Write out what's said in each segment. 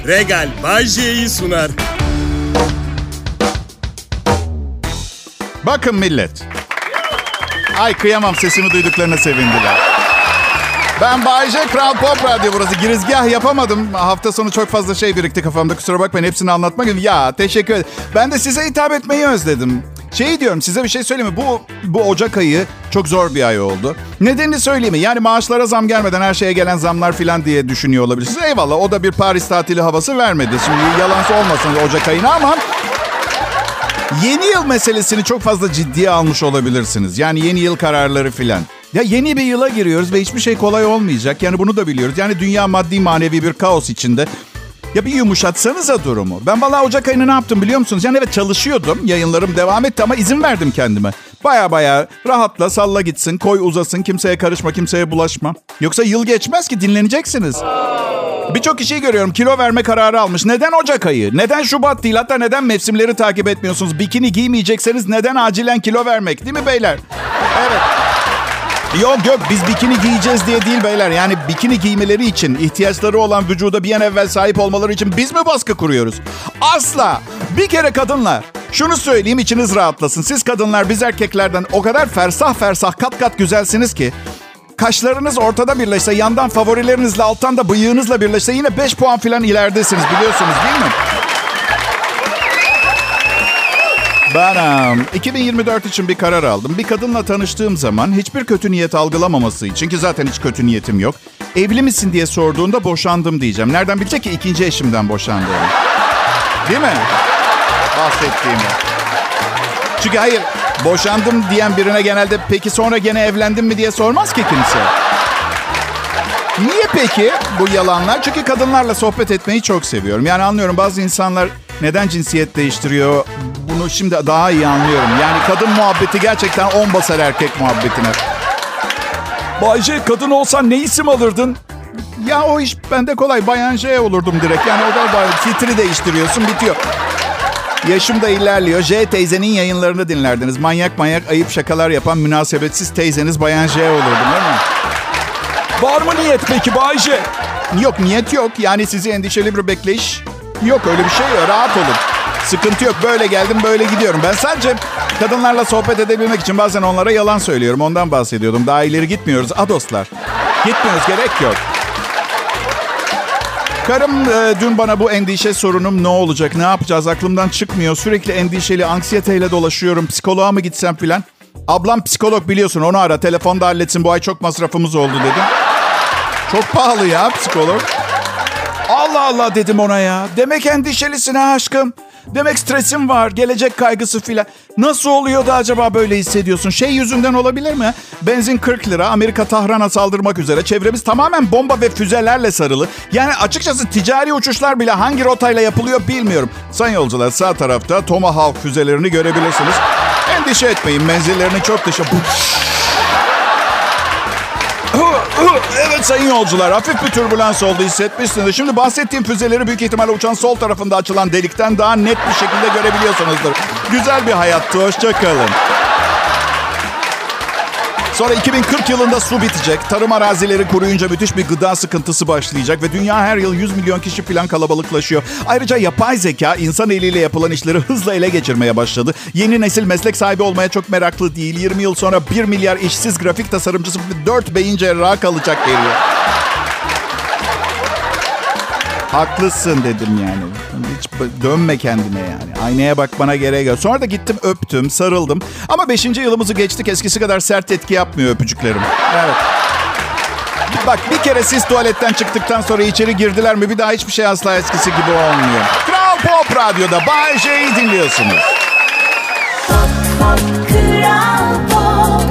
Regal Bay J'yi sunar. Bakın millet. Ay kıyamam, sesimi duyduklarına sevindiler. Ben Bay J, Kral Pop Radyo burası. Girizgah yapamadım. Hafta sonu çok fazla şey birikti kafamda. Kusura bakmayın, hepsini anlatmak için. Ya teşekkür ederim. Ben de size hitap etmeyi özledim. Diyorum, size bir şey söyleyeyim mi? Bu Ocak ayı çok zor bir ay oldu. Nedenini söyleyeyim mi? Yani maaşlara zam gelmeden her şeye gelen zamlar falan diye düşünüyor olabilirsiniz. Eyvallah, o da bir Paris tatili havası vermedi. Şimdi yalansı olmasın Ocak ayına ama... Yeni yıl meselesini çok fazla ciddiye almış olabilirsiniz. Yani yeni yıl kararları filan. Ya yeni bir yıla giriyoruz ve hiçbir şey kolay olmayacak. Yani bunu da biliyoruz. Yani dünya maddi manevi bir kaos içinde. Ya bir yumuşatsanıza durumu. Ben vallahi Ocak ayını ne yaptım biliyor musunuz? Yani evet, çalışıyordum. Yayınlarım devam etti ama izin verdim kendime. Baya rahatla, salla gitsin, koy uzasın. Kimseye karışma, kimseye bulaşma. Yoksa yıl geçmez ki, dinleneceksiniz. Birçok kişiyi görüyorum, kilo verme kararı almış. Neden Ocak ayı? Neden Şubat değil? Hatta neden mevsimleri takip etmiyorsunuz? Bikini giymeyecekseniz neden acilen kilo vermek? Değil mi beyler? Evet. Yok biz bikini giyeceğiz diye değil beyler. Yani bikini giymeleri için, ihtiyaçları olan vücuda bir an evvel sahip olmaları için biz mi baskı kuruyoruz? Asla. Bir kere kadınlar, şunu söyleyeyim, içiniz rahatlasın. Siz kadınlar biz erkeklerden o kadar fersah kat kat güzelsiniz ki... Kaşlarınız ortada birleşse, yandan favorilerinizle, alttan da bıyığınızla birleşse yine 5 puan falan ileridesiniz, biliyorsunuz değil mi? Ben 2024 için bir karar aldım. Bir kadınla tanıştığım zaman hiçbir kötü niyet algılamaması için, ki zaten hiç kötü niyetim yok, evli misin diye sorduğunda boşandım diyeceğim. Nereden bilecek ki ikinci eşimden boşandım? Değil mi? Bahsettiğimi. Çünkü hayır, boşandım diyen birine genelde peki sonra gene evlendin mi diye sormaz ki kimse. Niye peki bu yalanlar? Çünkü kadınlarla sohbet etmeyi çok seviyorum. Yani anlıyorum, bazı insanlar neden cinsiyet değiştiriyor, bunu şimdi daha iyi anlıyorum. Yani kadın muhabbeti gerçekten 10 basar erkek muhabbetine. Bay J, kadın olsan ne isim alırdın? Ya o iş bende kolay, Bayan J olurdum direkt. Yani o da titri değiştiriyorsun, bitiyor. Yaşım da ilerliyor. J teyzenin yayınlarını dinlerdiniz. Manyak ayıp şakalar yapan münasebetsiz teyzeniz Bayan J olurdum, değil mi? Var mı niyet peki Bay J? Yok, niyet yok. Yani sizi endişeli bir bekleyiş yok, öyle bir şey yok. Rahat olun. Sıkıntı yok. Böyle geldim, böyle gidiyorum. Ben sadece kadınlarla sohbet edebilmek için bazen onlara yalan söylüyorum. Ondan bahsediyordum. Daha ileri gitmiyoruz. Adoslar. Gitmiyoruz, gerek yok. Karım dün bana bu endişe sorunum ne olacak, ne yapacağız aklımdan çıkmıyor. Sürekli endişeli, anksiyeteyle dolaşıyorum. Psikoloğa mı gitsem filan. Ablam psikolog, biliyorsun, onu ara. Telefonda halletsin, bu ay çok masrafımız oldu dedim. Çok pahalı ya psikolog. Allah Allah dedim ona ya. Demek endişelisin ha aşkım. Demek stresin var, gelecek kaygısı filan. Nasıl oluyor da acaba böyle hissediyorsun? Şey yüzünden olabilir mi? Benzin 40 lira, Amerika Tahran'a saldırmak üzere. Çevremiz tamamen bomba ve füzelerle sarılı. Yani açıkçası ticari uçuşlar bile hangi rotayla yapılıyor bilmiyorum. Sayın yolcular, sağ tarafta Tomahawk füzelerini görebilirsiniz. Endişe etmeyin, menzillerini çok dışı... Evet sayın yolcular, hafif bir türbülans oldu, hissetmişsiniz. Şimdi bahsettiğim füzeleri büyük ihtimalle uçağın sol tarafında açılan delikten daha net bir şekilde görebiliyorsunuzdur. Güzel bir hayattı, hoşça kalın. Sonra 2040 yılında su bitecek. Tarım arazileri kuruyunca müthiş bir gıda sıkıntısı başlayacak. Ve dünya her yıl 100 milyon kişi falan kalabalıklaşıyor. Ayrıca yapay zeka insan eliyle yapılan işleri hızla ele geçirmeye başladı. Yeni nesil meslek sahibi olmaya çok meraklı değil. 20 yıl sonra 1 milyar işsiz grafik tasarımcısı ve 4 beyin cerrahı kalacak geliyor. Haklısın dedim yani. Hiç dönme kendine yani. Aynaya bakmana gerek yok. Sonra da gittim, öptüm, sarıldım. Ama 5. yılımızı geçtik. Eskisi kadar sert etki yapmıyor öpücüklerim. Evet. Bak, bir kere siz tuvaletten çıktıktan sonra içeri girdiler mi bir daha hiçbir şey asla eskisi gibi olmuyor. Kral Pop Radyo'da Bay J'yi dinliyorsunuz. Pop, pop, Kral Pop.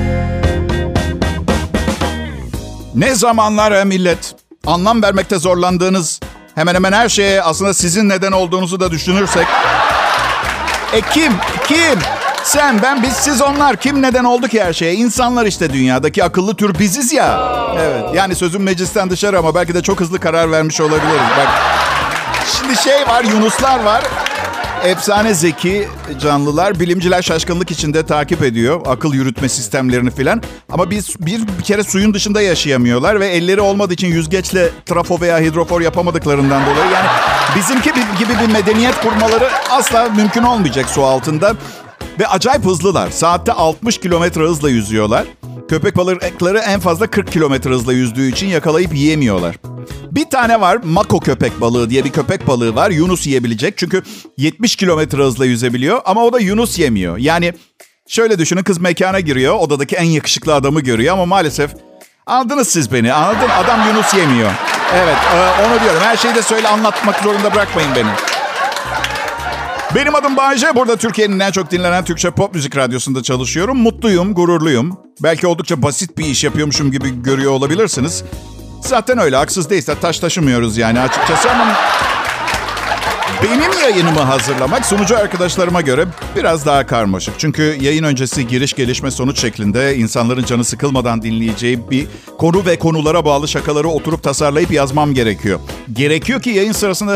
Ne zamanlar millet. Anlam vermekte zorlandığınız hemen hemen her şeye aslında sizin neden olduğunuzu da düşünürsek. Kim? Sen, ben, biz, siz, onlar. Kim neden oldu ki her şeye? İnsanlar işte, dünyadaki akıllı tür biziz ya. Evet, yani sözüm meclisten dışarı ama belki de çok hızlı karar vermiş olabiliriz. Bak, şimdi şey var, yunuslar var. Efsane zeki canlılar, bilimciler şaşkınlık içinde takip ediyor akıl yürütme sistemlerini filan. Ama bir kere suyun dışında yaşayamıyorlar ve elleri olmadığı için yüzgeçle trafo veya hidrofor yapamadıklarından dolayı yani Bizimki gibi bir medeniyet kurmaları asla mümkün olmayacak su altında. Ve acayip hızlılar. Saatte 60 kilometre hızla yüzüyorlar. Köpek balıkları en fazla 40 kilometre hızla yüzdüğü için yakalayıp yiyemiyorlar. Bir tane var, mako köpek balığı diye bir köpek balığı var. Yunus yiyebilecek çünkü 70 kilometre hızla yüzebiliyor ama o da Yunus yemiyor. Yani şöyle düşünün, kız mekana giriyor, odadaki en yakışıklı adamı görüyor ama maalesef anladınız siz beni, anladın? Adam Yunus yemiyor. Evet, onu diyorum. Her şeyi de söyle, anlatmak zorunda bırakmayın beni. Benim adım Bayce. Burada Türkiye'nin en çok dinlenen Türkçe pop müzik radyosunda çalışıyorum. Mutluyum, gururluyum. Belki oldukça basit bir iş yapıyormuşum gibi görüyor olabilirsiniz. Zaten öyle, haksız değilse taş taşımıyoruz yani açıkçası ama... Benim yayınımı hazırlamak sunucu arkadaşlarıma göre biraz daha karmaşık. Çünkü yayın öncesi giriş gelişme sonuç şeklinde insanların canı sıkılmadan dinleyeceği bir konu ve konulara bağlı şakaları oturup tasarlayıp yazmam gerekiyor. Gerekiyor ki yayın sırasında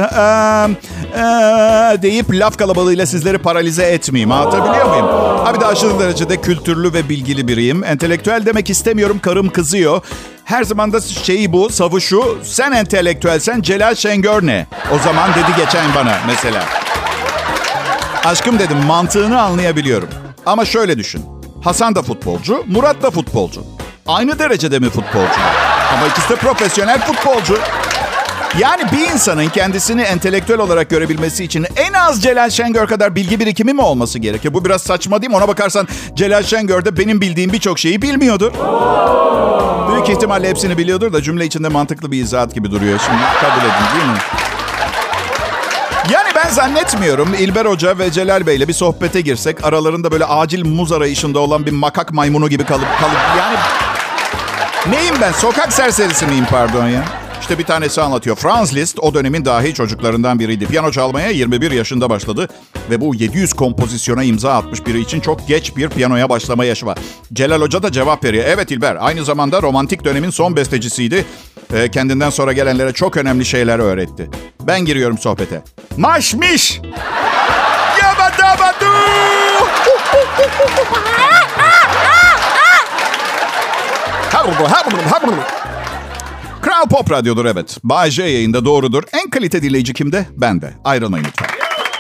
deyip laf kalabalığıyla sizleri paralize etmeyeyim. Anlatabiliyor muyum? Bir de aşırı derecede kültürlü ve bilgili biriyim. Entelektüel demek istemiyorum, karım kızıyor. Her zaman da bu, savı şu: sen entelektüelsen Celal Şengör ne? O zaman dedi geçen bana mesela. Aşkım dedim, mantığını anlayabiliyorum. Ama şöyle düşün. Hasan da futbolcu, Murat da futbolcu. Aynı derecede mi futbolcu? Ama ikisi de profesyonel futbolcu. Yani bir insanın kendisini entelektüel olarak görebilmesi için en az Celal Şengör kadar bilgi birikimi mi olması gerekiyor? Bu biraz saçma değil mi? Ona bakarsan Celal Şengör de benim bildiğim birçok şeyi bilmiyordur. Büyük ihtimalle hepsini biliyordur da cümle içinde mantıklı bir izahat gibi duruyor. Şimdi kabul edin değil mi? Yani ben zannetmiyorum İlber Hoca ve Celal Bey'le bir sohbete girsek aralarında böyle acil muz arayışında olan bir makak maymunu gibi kalıp yani... Neyim ben? Sokak serserisi miyim pardon ya? İşte bir tanesi anlatıyor. Franz Liszt o dönemin dahi çocuklarından biriydi. Piyano çalmaya 21 yaşında başladı. Ve bu 700 kompozisyona imza atmış biri için çok geç bir piyanoya başlama yaşı var. Celal Hoca da cevap veriyor. Evet İlber, aynı zamanda romantik dönemin son bestecisiydi. Kendinden sonra gelenlere çok önemli şeyler öğretti. Ben giriyorum sohbete. Maşmiş! Yabadabadu! Kral Pop Radyo'dur evet. Bay J yayında, doğrudur. En kalite dinleyici kimde? Ben de. Ayrılmayın lütfen.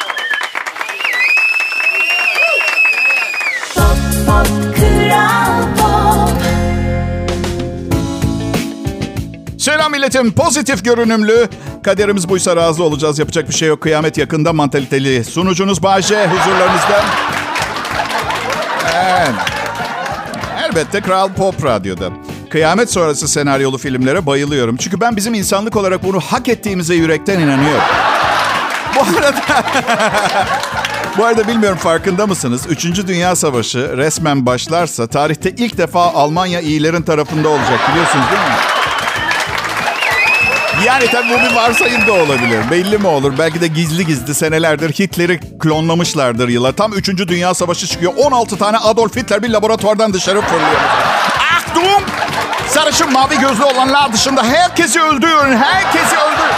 Selam milletim. Pozitif görünümlü. Kaderimiz buysa razı olacağız. Yapacak bir şey yok. Kıyamet yakında mantaliteli. Sunucunuz Bay J huzurlarınızda. Evet. Elbette Kral Pop Radyo'da. Kıyamet sonrası senaryolu filmlere bayılıyorum. Çünkü ben bizim insanlık olarak bunu hak ettiğimize yürekten inanıyorum. Bu arada bilmiyorum farkında mısınız? 3. Dünya Savaşı resmen başlarsa tarihte ilk defa Almanya iyilerin tarafında olacak, biliyorsunuz değil mi? Yani tabii bu bir varsayım da olabilir. Belli mi olur? Belki de gizli gizli senelerdir Hitler'i klonlamışlardır yıllar. Tam 3. Dünya Savaşı çıkıyor. 16 tane Adolf Hitler bir laboratuvardan dışarı fırlıyor. Achtung! Sarışın mavi gözlü olanlar dışında herkesi öldürün. Herkesi öldürün.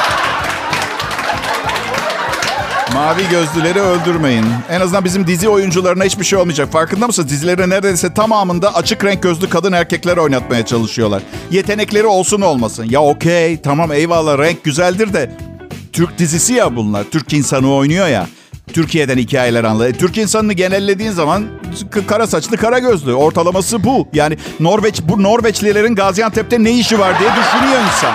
Mavi gözlüleri öldürmeyin. En azından bizim dizi oyuncularına hiçbir şey olmayacak. Farkında mısınız? Dizilerin neredeyse tamamında açık renk gözlü kadın erkekler oynatmaya çalışıyorlar. Yetenekleri olsun olmasın. Ya okey, tamam eyvallah, renk güzeldir de Türk dizisi ya bunlar. Türk insanı oynuyor ya. Türkiye'den hikayeler anlatıyor. Türk insanını genellediğin zaman kara saçlı, kara gözlü. Ortalaması bu. Yani bu Norveçlilerin Gaziantep'te ne işi var diye düşünüyor insan.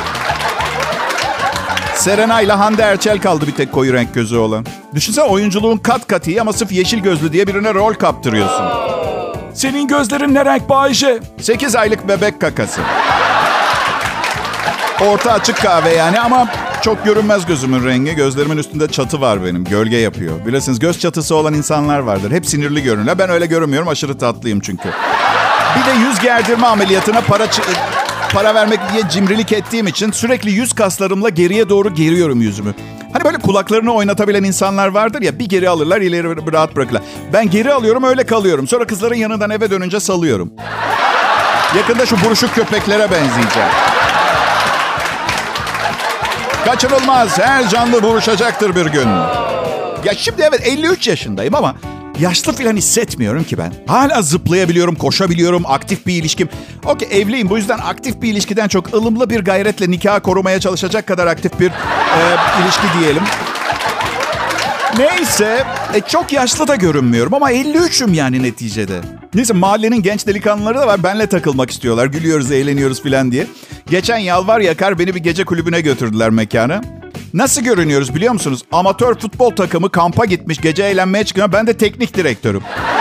Serena ile Hande Erçel kaldı bir tek koyu renk gözü olan. Düşünsene, oyunculuğun kat kat iyi ama sırf yeşil gözlü diye birine rol kaptırıyorsun. Senin gözlerin ne renk Bayce? 8 aylık bebek kakası. Orta açık kahve yani ama çok görünmez gözümün rengi. Gözlerimin üstünde çatı var benim. Gölge yapıyor. Bilirsiniz göz çatısı olan insanlar vardır. Hep sinirli görünürler. Ben öyle görünmüyorum. Aşırı tatlıyım çünkü. Bir de yüz gerdirme ameliyatına para vermek diye cimrilik ettiğim için sürekli yüz kaslarımla geriye doğru geriyorum yüzümü. Hani böyle kulaklarını oynatabilen insanlar vardır ya, bir geri alırlar, ileri rahat bırakırlar. Ben geri alıyorum, öyle kalıyorum. Sonra kızların yanından eve dönünce salıyorum. Yakında şu buruşuk köpeklere benzeyeceğim. Kaçınılmaz, her canlı buruşacaktır bir gün. Ya şimdi evet 53 yaşındayım ama yaşlı falan hissetmiyorum ki ben. Hala zıplayabiliyorum, koşabiliyorum, aktif bir ilişkim. Okey, evliyim, bu yüzden aktif bir ilişkiden çok ılımlı bir gayretle nikahı korumaya çalışacak kadar aktif bir ilişki diyelim. Neyse, çok yaşlı da görünmüyorum ama 53'üm yani neticede. Neyse, mahallenin genç delikanlıları da var. Benle takılmak istiyorlar. Gülüyoruz, eğleniyoruz falan diye. Geçen yalvar yakar beni bir gece kulübüne götürdüler mekana. Nasıl görünüyoruz biliyor musunuz? Amatör futbol takımı kampa gitmiş, gece eğlenmeye çıkıyor. Ben de teknik direktörüm.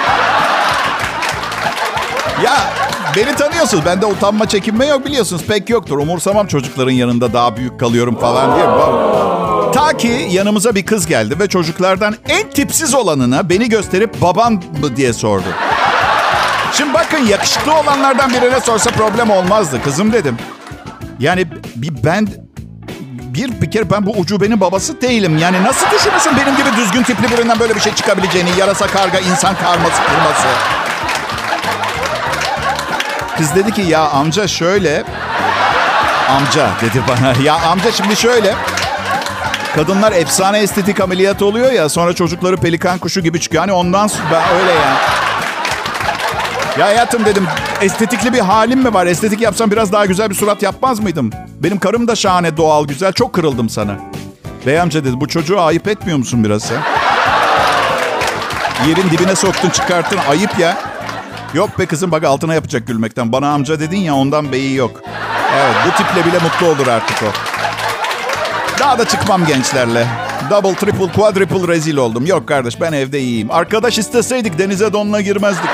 Ya beni tanıyorsunuz. Bende utanma, çekinme yok biliyorsunuz. Pek yoktur. Umursamam çocukların yanında daha büyük kalıyorum falan diye. Ta ki yanımıza bir kız geldi ve çocuklardan en tipsiz olanına beni gösterip baban mı diye sordu. Şimdi bakın, yakışıklı olanlardan birine sorsa problem olmazdı. Kızım dedim. Yani bir kere ben bu ucubenin babası değilim. Yani nasıl düşünürsün benim gibi düzgün tipli birinden böyle bir şey çıkabileceğini? Yarasa, karga, insan karması, kırması. Kız dedi ki ya amca şöyle. Amca dedi bana. Ya amca şimdi şöyle. Kadınlar efsane estetik ameliyatı oluyor ya. Sonra çocukları pelikan kuşu gibi çıkıyor. Hani ondan sonra ben öyle yani. Ya hayatım dedim, estetikli bir halim mi var? Estetik yapsam biraz daha güzel bir surat yapmaz mıydım? Benim karım da şahane, doğal, güzel. Çok kırıldım sana. Bey amca dedi, bu çocuğu ayıp etmiyor musun biraz sen? Yerin dibine soktun, çıkarttın. Ayıp ya. Yok be kızım, bak altına yapacak gülmekten. Bana amca dedin ya, ondan beyi yok. Evet, bu tiple bile mutlu olur artık o. Daha da çıkmam gençlerle. Double, triple, quadruple rezil oldum. Yok kardeş, ben evde iyiyim. Arkadaş isteseydik denize donla girmezdik.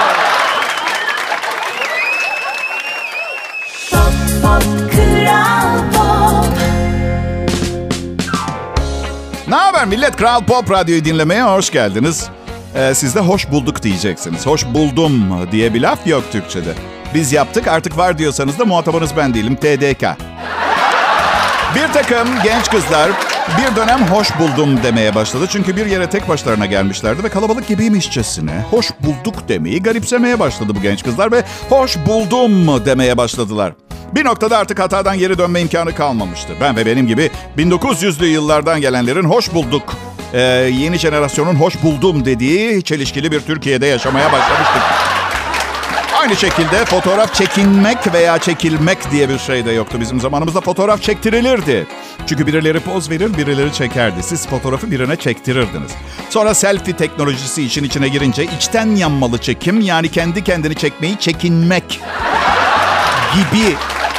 Ne haber millet? Kral Pop Radyo'yu dinlemeye hoş geldiniz. Siz de hoş bulduk diyeceksiniz. Hoş buldum diye bir laf yok Türkçe'de. Biz yaptık, artık var diyorsanız da muhatabınız ben değilim. TDK. Bir takım genç kızlar bir dönem hoş buldum demeye başladı. Çünkü bir yere tek başlarına gelmişlerdi ve kalabalık gibiymişçesine hoş bulduk demeyi garipsemeye başladı bu genç kızlar ve hoş buldum demeye başladılar. Bir noktada artık hatadan geri dönme imkanı kalmamıştı. Ben ve benim gibi 1900'lü yıllardan gelenlerin hoş bulduk, yeni jenerasyonun hoş buldum dediği çelişkili bir Türkiye'de yaşamaya başlamıştık. Aynı şekilde fotoğraf çekinmek veya çekilmek diye bir şey de yoktu. Bizim zamanımızda fotoğraf çektirilirdi. Çünkü birileri poz verir, birileri çekerdi. Siz fotoğrafı birine çektirirdiniz. Sonra selfie teknolojisi işin içine girince içten yanmalı çekim, yani kendi kendini çekmeyi çekinmek gibi,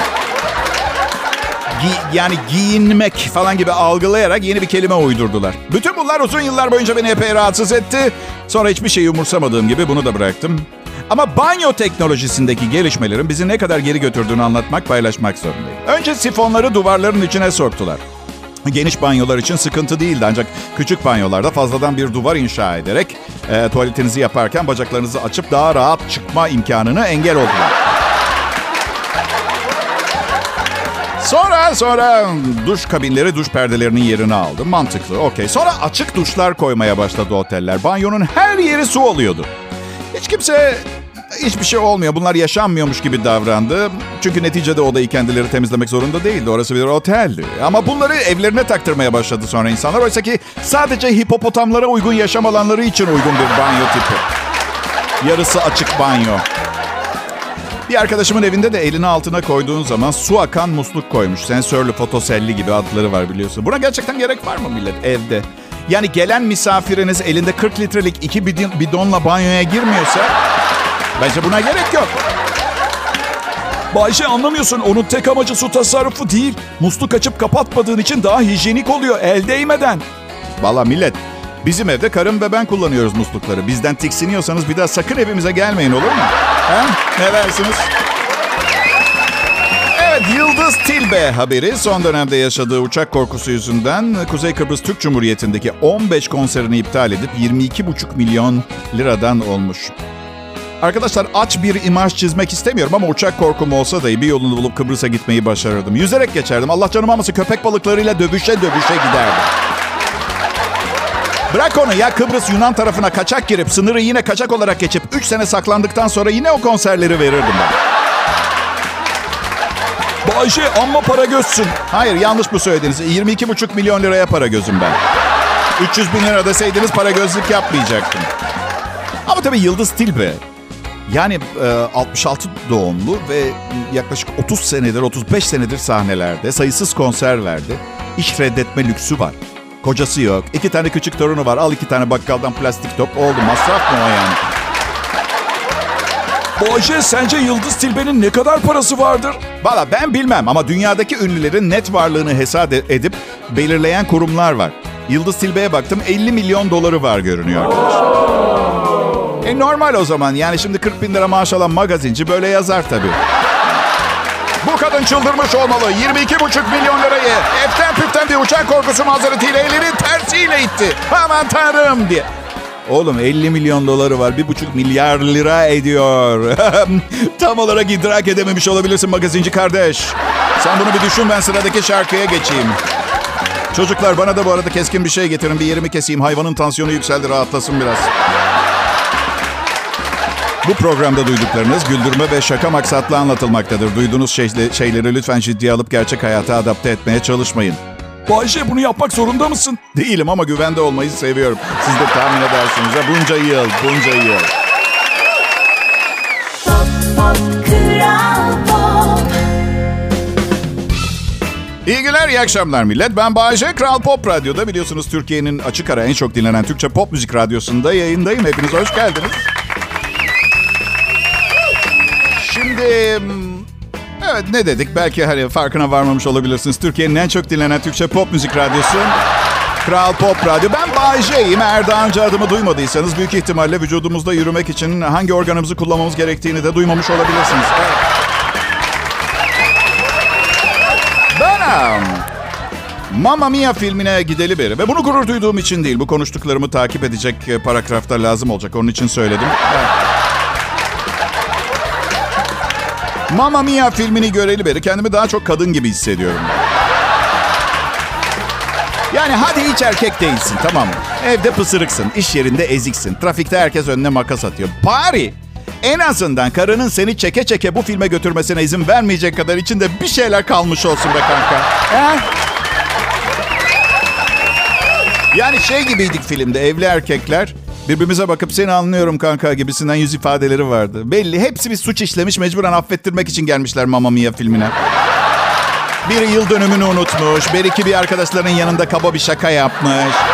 yani giyinmek falan gibi algılayarak yeni bir kelime uydurdular. Bütün bunlar uzun yıllar boyunca beni epey rahatsız etti. Sonra hiçbir şeyi umursamadığım gibi bunu da bıraktım. Ama banyo teknolojisindeki gelişmelerin bizi ne kadar geri götürdüğünü anlatmak, paylaşmak zorundayım. Önce sifonları duvarların içine soktular. Geniş banyolar için sıkıntı değildi, ancak küçük banyolarda fazladan bir duvar inşa ederek tuvaletinizi yaparken bacaklarınızı açıp daha rahat çıkma imkanını engel oldular. Sonra duş kabinleri duş perdelerinin yerini aldı. Mantıklı, okey. Sonra açık duşlar koymaya başladı oteller. Banyonun her yeri su oluyordu. Hiç kimse hiçbir şey olmuyor, bunlar yaşanmıyormuş gibi davrandı. Çünkü neticede odayı kendileri temizlemek zorunda değildi. Orası bir oteldi. Ama bunları evlerine taktırmaya başladı sonra insanlar. Oysa ki sadece hipopotamlara uygun yaşam alanları için uygun bir banyo tipi. Yarısı açık banyo. Bir arkadaşımın evinde de elini altına koyduğun zaman su akan musluk koymuş. Sensörlü, fotoselli gibi adları var biliyorsun. Buna gerçekten gerek var mı millet evde? Yani gelen misafiriniz elinde 40 litrelik 2 bidonla banyoya girmiyorsa bence buna gerek yok. Bayşe, anlamıyorsun, onun tek amacı su tasarrufu değil. Musluk açıp kapatmadığın için daha hijyenik oluyor el değmeden. Valla millet, bizim evde karım ve ben kullanıyoruz muslukları. Bizden tiksiniyorsanız bir daha sakın evimize gelmeyin, olur mu? Ha? Ne dersiniz? Evet, Yıldız Tilbe haberi. Son dönemde yaşadığı uçak korkusu yüzünden Kuzey Kıbrıs Türk Cumhuriyeti'ndeki 15 konserini iptal edip 22,5 milyon liradan olmuş. Arkadaşlar, aç bir imaj çizmek istemiyorum ama uçak korkum olsa da bir yolunu bulup Kıbrıs'a gitmeyi başarırdım. Yüzerek geçerdim. Allah canım almasın, köpek balıklarıyla dövüşe giderdim. Bırak onu ya, Kıbrıs Yunan tarafına kaçak girip sınırı yine kaçak olarak geçip 3 sene saklandıktan sonra yine o konserleri verirdim ben. Bayşe, amma para gözsün. Hayır, yanlış bu söylediğiniz. 22,5 milyon liraya para gözüm ben. 300 bin lira deseydiniz para gözlük yapmayacaktım. Ama tabii Yıldız Tilbe, yani 66 doğumlu ve yaklaşık 30 senedir, 35 senedir sahnelerde sayısız konser verdi. İş reddetme lüksü var. Kocası yok. 2 tane küçük torunu var. Al 2 tane bakkaldan plastik top. Oldu. Masraf mı o yani? Bayce, sence Yıldız Tilbe'nin ne kadar parası vardır? Valla ben bilmem ama dünyadaki ünlülerin net varlığını hesap edip belirleyen kurumlar var. Yıldız Tilbe'ye baktım, 50 milyon doları var görünüyor arkadaşlar. Normal o zaman. Yani şimdi 40 bin lira maaş alan magazinci böyle yazar tabii. Bu kadın çıldırmış olmalı. 22,5 milyon lirayı eften püften bir uçak korkusu mazeretiyle elinin tersiyle itti. Aman tanrım diye. Oğlum 50 milyon doları var. 1,5 milyar lira ediyor. Tam olarak idrak edememiş olabilirsin magazinci kardeş. Sen bunu bir düşün, ben sıradaki şarkıya geçeyim. Çocuklar, bana da bu arada keskin bir şey getirin. Bir yerimi keseyim. Hayvanın tansiyonu yükseldi, rahatlasın biraz. Bu programda duyduklarınız güldürme ve şaka maksatlı anlatılmaktadır. Duyduğunuz şeyleri lütfen ciddiye alıp gerçek hayata adapte etmeye çalışmayın. Bayce, bunu yapmak zorunda mısın? Değilim ama güvende olmayı seviyorum. Siz de tahmin edersiniz. Bunca yıl. İyi günler, iyi akşamlar millet. Ben Bayce, Kral Pop Radyo'da, biliyorsunuz Türkiye'nin açık ara en çok dinlenen Türkçe pop müzik radyosunda yayındayım. Hepiniz hoş geldiniz. Şimdi, evet, ne dedik? Belki hani farkına varmamış olabilirsiniz. Türkiye'nin en çok dinlenen Türkçe pop müzik radyosu Kral Pop Radyo. Ben Bayce'yim. Eğer daha önce adımı duymadıysanız büyük ihtimalle vücudumuzda yürümek için hangi organımızı kullanmamız gerektiğini de duymamış olabilirsiniz. Evet. Ben Mamma Mia filmine gideli beri ve bunu gurur duyduğum için değil. Bu konuştuklarımı takip edecek paragrafta lazım olacak. Onun için söyledim. Evet. Mamma Mia filmini göreli beri kendimi daha çok kadın gibi hissediyorum. Yani hadi hiç erkek değilsin, tamam mı? Evde pısırıksın, iş yerinde eziksin, trafikte herkes önüne makas atıyor. Bari en azından karının seni çeke çeke bu filme götürmesine izin vermeyecek kadar içinde bir şeyler kalmış olsun be kanka. Yani şey gibiydik filmde, evli erkekler birbirimize bakıp seni anlıyorum kanka gibisinden yüz ifadeleri vardı. Belli, hepsi bir suç işlemiş, mecburen affettirmek için gelmişler Mamma Mia filmine. Biri yıl dönümünü unutmuş, belki bir arkadaşlarının yanında kaba bir şaka yapmış.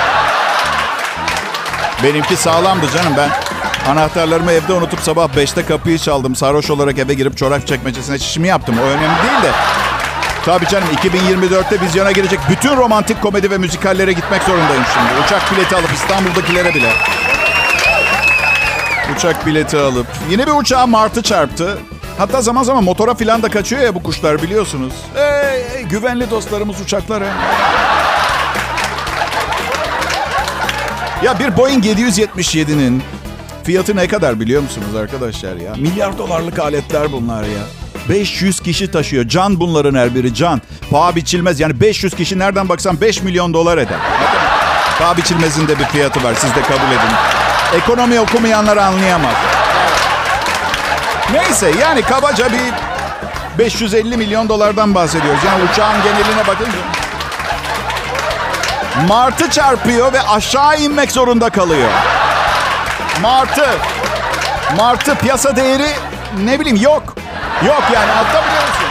Benimki sağlamdı canım, ben anahtarlarımı evde unutup sabah 5'te kapıyı çaldım. Sarhoş olarak eve girip çorap çekmecesine çişimi yaptım, o önemli değil de. Tabii canım, 2024'te vizyona girecek bütün romantik komedi ve müzikallere gitmek zorundayım şimdi. Uçak bileti alıp İstanbul'dakilere bile. Uçak bileti alıp. Yine bir uçağa martı çarptı. Hatta zaman zaman motora filan da kaçıyor ya bu kuşlar, biliyorsunuz. Güvenli dostlarımız uçaklar. Ya bir Boeing 777'nin fiyatı ne kadar biliyor musunuz arkadaşlar ya? Milyar dolarlık aletler bunlar ya. 500 kişi taşıyor. Can bunların her biri, can. Paha biçilmez. Yani 500 kişi nereden baksan 5 milyon dolar eder. Paha biçilmezin de bir fiyatı var. Siz de kabul edin. Ekonomi okumayanlar anlayamaz. Neyse, yani kabaca bir 550 milyon dolardan bahsediyoruz. Yani uçağın geneline bakınca. Martı çarpıyor ve aşağı inmek zorunda kalıyor. Martı piyasa değeri ne bileyim yok. Yok yani, anlatabiliyor musun?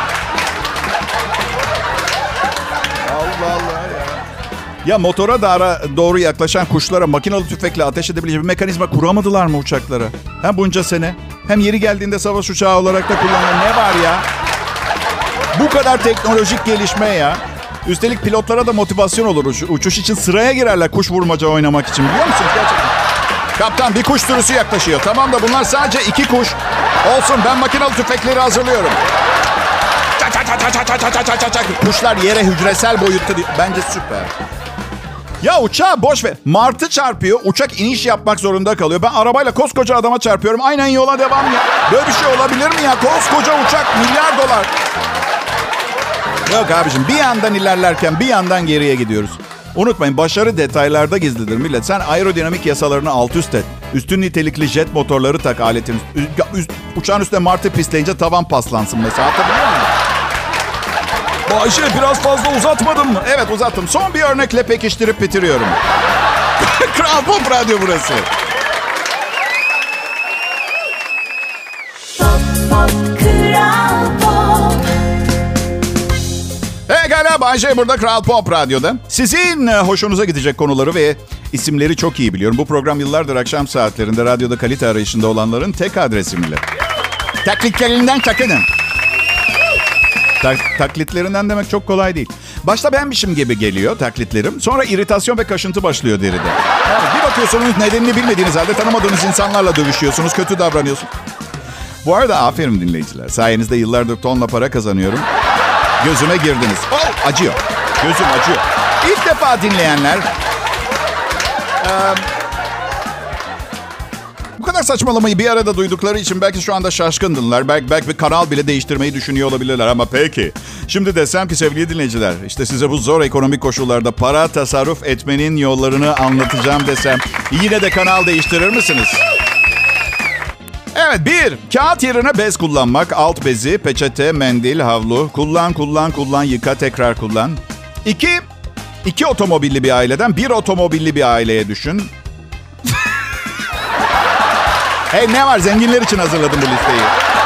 Allah Allah ya. Ya motora doğru yaklaşan kuşlara makinalı tüfekle ateş edebilecek bir mekanizma kuramadılar mı uçaklara? Hem bunca sene. Hem yeri geldiğinde savaş uçağı olarak da kullanılan ne var ya? Bu kadar teknolojik gelişme ya. Üstelik pilotlara da motivasyon olur. Uçuş için sıraya girerler kuş vurmaca oynamak için, biliyor musunuz gerçekten? Kaptan, bir kuş sürüsü yaklaşıyor. Tamam da bunlar sadece 2 kuş. Olsun, ben makinalı tüfekleri hazırlıyorum. Kuşlar yere hücresel boyutta. Bence süper. Ya uçağı boş ver. Martı çarpıyor. Uçak iniş yapmak zorunda kalıyor. Ben arabayla koskoca adama çarpıyorum. Aynen yola devam ya. Böyle bir şey olabilir mi ya? Koskoca uçak, milyar dolar. Yok abicim, bir yandan ilerlerken bir yandan geriye gidiyoruz. Unutmayın, başarı detaylarda gizlidir millet. Sen aerodinamik yasalarını alt üst et. Üstün nitelikli jet motorları tak aletin. Uçağın üstüne martı pistleyince tavan paslansın mesela. Hatırlıyor musun? Bayce, biraz fazla uzatmadın mı? Evet, uzattım. Son bir örnekle pekiştirip bitiriyorum. Kral Pop Radyo burası. Kral Pop. Pekala, Bay J burada, Kral Pop Radyo'da. Sizin hoşunuza gidecek konuları ve isimleri çok iyi biliyorum. Bu program yıllardır akşam saatlerinde radyoda kalite arayışında olanların tek adresimle. Taklitlerinden takının. Taklitlerinden demek çok kolay değil. Başta benmişim gibi geliyor taklitlerim. Sonra iritasyon ve kaşıntı başlıyor deride. Yani bir bakıyorsunuz nedenini bilmediğiniz halde tanımadığınız insanlarla dövüşüyorsunuz, kötü davranıyorsunuz. Bu arada aferin dinleyiciler. Sayenizde yıllardır tonla para kazanıyorum. Gözüme girdiniz. Oh, acıyor. Gözüm acıyor. İlk defa dinleyenler... bu kadar saçmalamayı bir arada duydukları için belki şu anda şaşkındırlar. Belki bir kanal bile değiştirmeyi düşünüyor olabilirler. Ama peki. Şimdi desem ki sevgili dinleyiciler, işte size bu zor ekonomik koşullarda para tasarruf etmenin yollarını anlatacağım desem, yine de kanal değiştirir misiniz? Evet, 1. Kağıt yerine bez kullanmak. Alt bezi, peçete, mendil, havlu. Kullan, yıka, tekrar kullan. 2. 2 otomobilli bir aileden 1 otomobilli bir aileye düşün. Hey, ne var? Zenginler için hazırladım bu listeyi.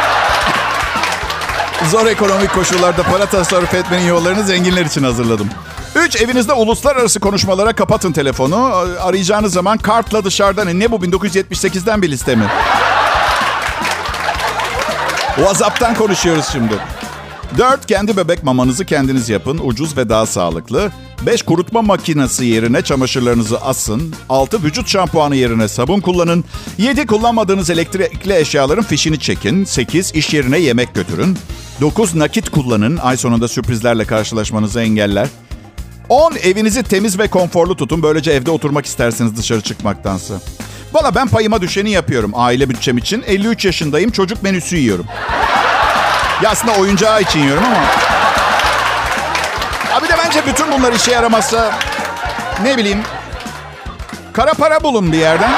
Zor ekonomik koşullarda para tasarruf etmenin yollarını zenginler için hazırladım. 3. Evinizde uluslararası konuşmalara kapatın telefonu. Arayacağınız zaman kartla dışarıdan. Ne bu, 1978'den bir liste mi? WhatsApp'tan konuşuyoruz şimdi. 4. Kendi bebek mamanızı kendiniz yapın. Ucuz ve daha sağlıklı. 5. Kurutma makinesi yerine çamaşırlarınızı asın. 6. Vücut şampuanı yerine sabun kullanın. 7. Kullanmadığınız elektrikli eşyaların fişini çekin. 8. İş yerine yemek götürün. 9. Nakit kullanın. Ay sonunda sürprizlerle karşılaşmanızı engeller. 10. Evinizi temiz ve konforlu tutun. Böylece evde oturmak isterseniz dışarı çıkmaktansa. Valla ben payıma düşeni yapıyorum. Aile bütçem için. 53 yaşındayım. Çocuk menüsü yiyorum. Ya aslında oyuncağı için yiyorum ama... Abi de bence bütün bunlar işe yaramazsa... Ne bileyim... Kara para bulun bir yerden.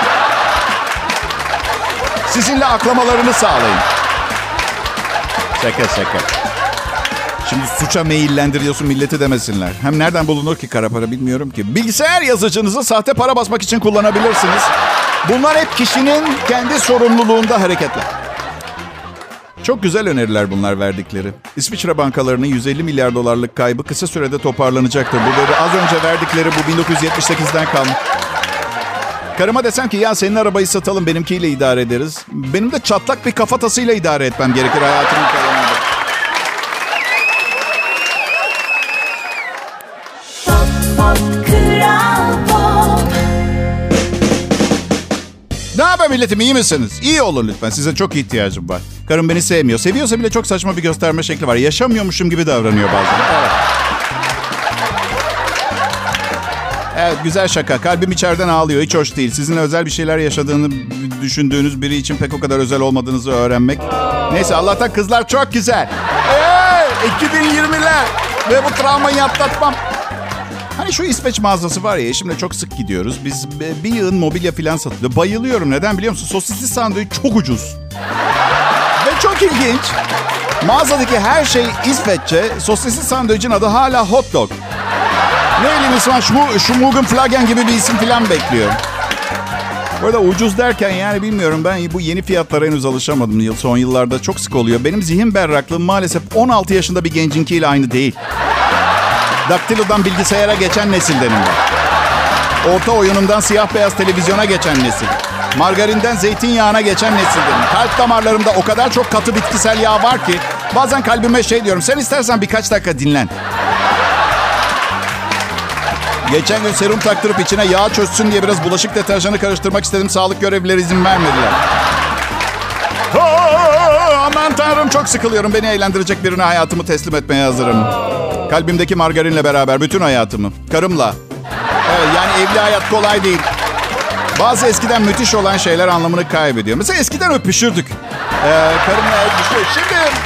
Sizinle aklamalarını sağlayın. Şaka. Şimdi suça meyillendiriyorsun milleti demesinler. Hem nereden bulunur ki kara para bilmiyorum ki. Bilgisayar yazıcınızı sahte para basmak için kullanabilirsiniz. Bunlar hep kişinin kendi sorumluluğunda hareketler. Çok güzel öneriler bunlar verdikleri. İsviçre bankalarının 150 milyar dolarlık kaybı kısa sürede toparlanacaktır. Bu az önce verdikleri bu 1978'den kalmış. Karıma desem ki ya senin arabayı satalım benimkiyle idare ederiz. Benim de çatlak bir kafatasıyla idare etmem gerekir hayatımın kalanında. Ne haber milletim, iyi misiniz? İyi olun lütfen, size çok ihtiyacım var. Karım beni sevmiyor. Seviyorsa bile çok saçma bir gösterme şekli var. Yaşamıyormuşum gibi davranıyor bazen. Evet, güzel şaka. Kalbim içeriden ağlıyor. Hiç hoş değil. Sizinle özel bir şeyler yaşadığını düşündüğünüz biri için pek o kadar özel olmadığınızı öğrenmek. Neyse, Allah'tan kızlar çok güzel. 2020'ler. Ve bu travmayı atlatmam. Hani şu İsveç mağazası var ya, eşimle çok sık gidiyoruz. Biz bir yığın mobilya falan satılıyor. Bayılıyorum. Neden biliyor musun? Sosisli sandviç çok ucuz. Ve çok ilginç. Mağazadaki her şey İsveççe. Sosisli sandviçin adı hala hot dog. Ne bileyim, İsmail Schmugenflagen gibi bir isim falan bekliyor. Bu arada ucuz derken yani bilmiyorum, ben bu yeni fiyatlara henüz alışamadım. Son yıllarda çok sık oluyor. Benim zihin berraklığım maalesef 16 yaşında bir gencinkiyle aynı değil. Daktilodan bilgisayara geçen nesildenim ben. Orta oyunumdan siyah beyaz televizyona geçen nesil. Margarinden zeytinyağına geçen nesildenim. Kalp damarlarımda o kadar çok katı bitkisel yağ var ki bazen kalbime şey diyorum, sen istersen birkaç dakika dinlen. Geçen gün serum taktırıp içine yağ çözsün diye biraz bulaşık deterjanı karıştırmak istedim. Sağlık görevlileri izin vermediler. Aman tanrım, çok sıkılıyorum. Beni eğlendirecek birine hayatımı teslim etmeye hazırım. Kalbimdeki margarinle beraber bütün hayatımı. Karımla. Evet, yani evli hayat kolay değil. Bazı eskiden müthiş olan şeyler anlamını kaybediyor. Mesela eskiden öpüşürdük. Karımla öpüşüyor.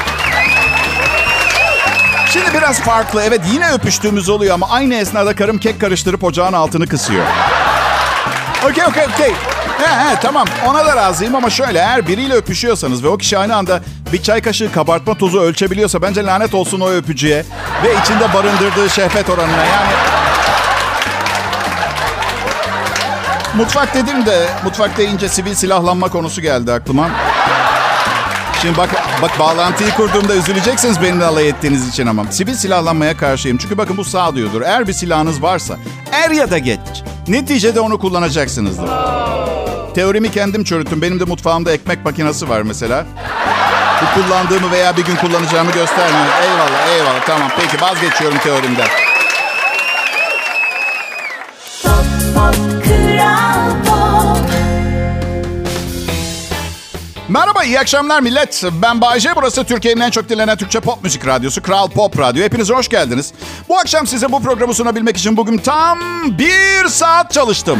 Şimdi biraz farklı. Evet, yine öpüştüğümüz oluyor ama aynı esnada karım kek karıştırıp ocağın altını kısıyor. Okey. Tamam, ona da razıyım ama şöyle, eğer biriyle öpüşüyorsanız ve o kişi aynı anda bir çay kaşığı kabartma tozu ölçebiliyorsa bence lanet olsun o öpücüye ve içinde barındırdığı şehvet oranına. Yani mutfak deyince sivil silahlanma konusu geldi aklıma. Şimdi bak bağlantıyı kurduğumda üzüleceksiniz benimle alay ettiğiniz için ama. Sivil silahlanmaya karşıyım. Çünkü bakın bu sağduyudur. Eğer bir silahınız varsa er ya da geç neticede onu kullanacaksınızdır. Teorimi kendim çürüttüm. Benim de mutfağımda ekmek makinesi var mesela. Bu kullandığımı veya bir gün kullanacağımı göstermiyor. Eyvallah. Tamam peki vazgeçiyorum teorimden. Merhaba, iyi akşamlar millet. Ben Bayce. Burası Türkiye'nin en çok dinlenen Türkçe pop müzik radyosu Kral Pop Radyo. Hepiniz hoş geldiniz. Bu akşam size bu programı sunabilmek için bugün tam 1 saat çalıştım.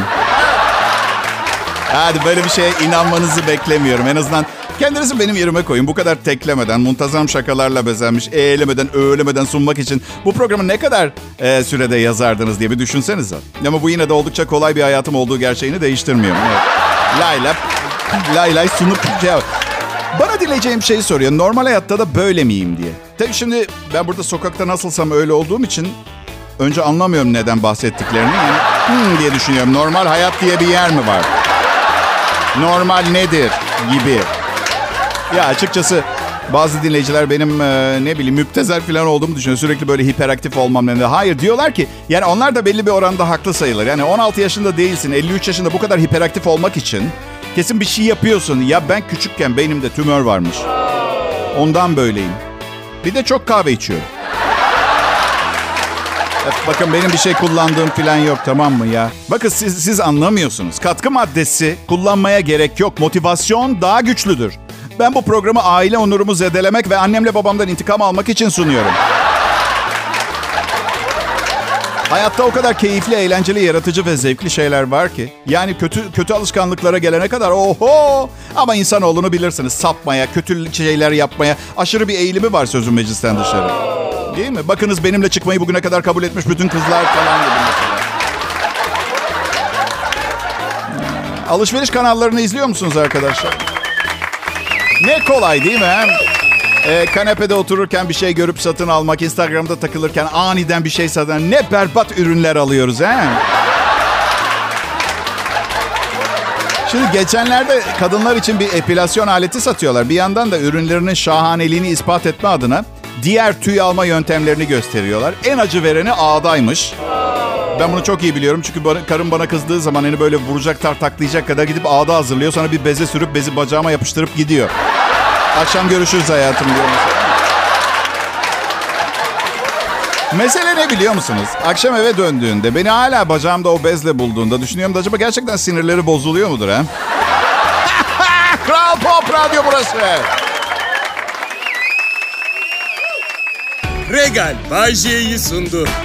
Hadi böyle bir şeye inanmanızı beklemiyorum. En azından kendinizi benim yerime koyun. Bu kadar teklemeden, muntazam şakalarla bezenmiş, eğlemeden, öğlemeden sunmak için bu programı ne kadar sürede yazardınız diye bir düşünsenize. Ama bu yine de oldukça kolay bir hayatım olduğu gerçeğini değiştirmiyor. Evet. Lay sunup bana dileyeceğim şeyi soruyor. Normal hayatta da böyle miyim diye. Tabii şimdi ben burada sokakta nasılsam öyle olduğum için önce anlamıyorum neden bahsettiklerini. Yani diye düşünüyorum. Normal hayat diye bir yer mi var? Normal nedir gibi. Ya açıkçası bazı dinleyiciler benim ne bileyim müptezel falan olduğumu düşünüyor. Sürekli böyle hiperaktif olmam nedeniyle. Hayır, diyorlar ki yani onlar da belli bir oranda haklı sayılır. Yani 16 yaşında değilsin, 53 yaşında bu kadar hiperaktif olmak için kesin bir şey yapıyorsun. Ya ben küçükken beynimde tümör varmış. Ondan böyleyim. Bir de çok kahve içiyorum. Bakın benim bir şey kullandığım falan yok, tamam mı ya? Bakın siz anlamıyorsunuz. Katkı maddesi kullanmaya gerek yok. Motivasyon daha güçlüdür. Ben bu programı aile onurumu zedelemek ve annemle babamdan intikam almak için sunuyorum. Hayatta o kadar keyifli, eğlenceli, yaratıcı ve zevkli şeyler var ki. Yani kötü alışkanlıklara gelene kadar oho! Ama insanoğlunu bilirsiniz, sapmaya, kötü şeyler yapmaya aşırı bir eğilimi var sözün meclisten dışarı. Değil mi? Bakınız benimle çıkmayı bugüne kadar kabul etmiş bütün kızlar falan gibi mesela. Alışveriş kanallarını izliyor musunuz arkadaşlar? Ne kolay değil mi? Kanepede otururken bir şey görüp satın almak, Instagram'da takılırken aniden bir şey satan ne berbat ürünler alıyoruz he? Şimdi geçenlerde kadınlar için bir epilasyon aleti satıyorlar. Bir yandan da ürünlerinin şahaneliğini ispat etme adına diğer tüy alma yöntemlerini gösteriyorlar. En acı vereni ağdaymış. Ben bunu çok iyi biliyorum çünkü karım bana kızdığı zaman hani böyle vuracak tartaklayacak kadar gidip ağda hazırlıyor. Sonra bir beze sürüp bezi bacağıma yapıştırıp gidiyor. Akşam görüşürüz hayatım diyor mesela. Mesele ne biliyor musunuz? Akşam eve döndüğünde beni hala bacağımda o bezle bulduğunda düşünüyorum da acaba gerçekten sinirleri bozuluyor mudur ha? Kral Pop Radyo burası. Regal Bay J'yi sundu.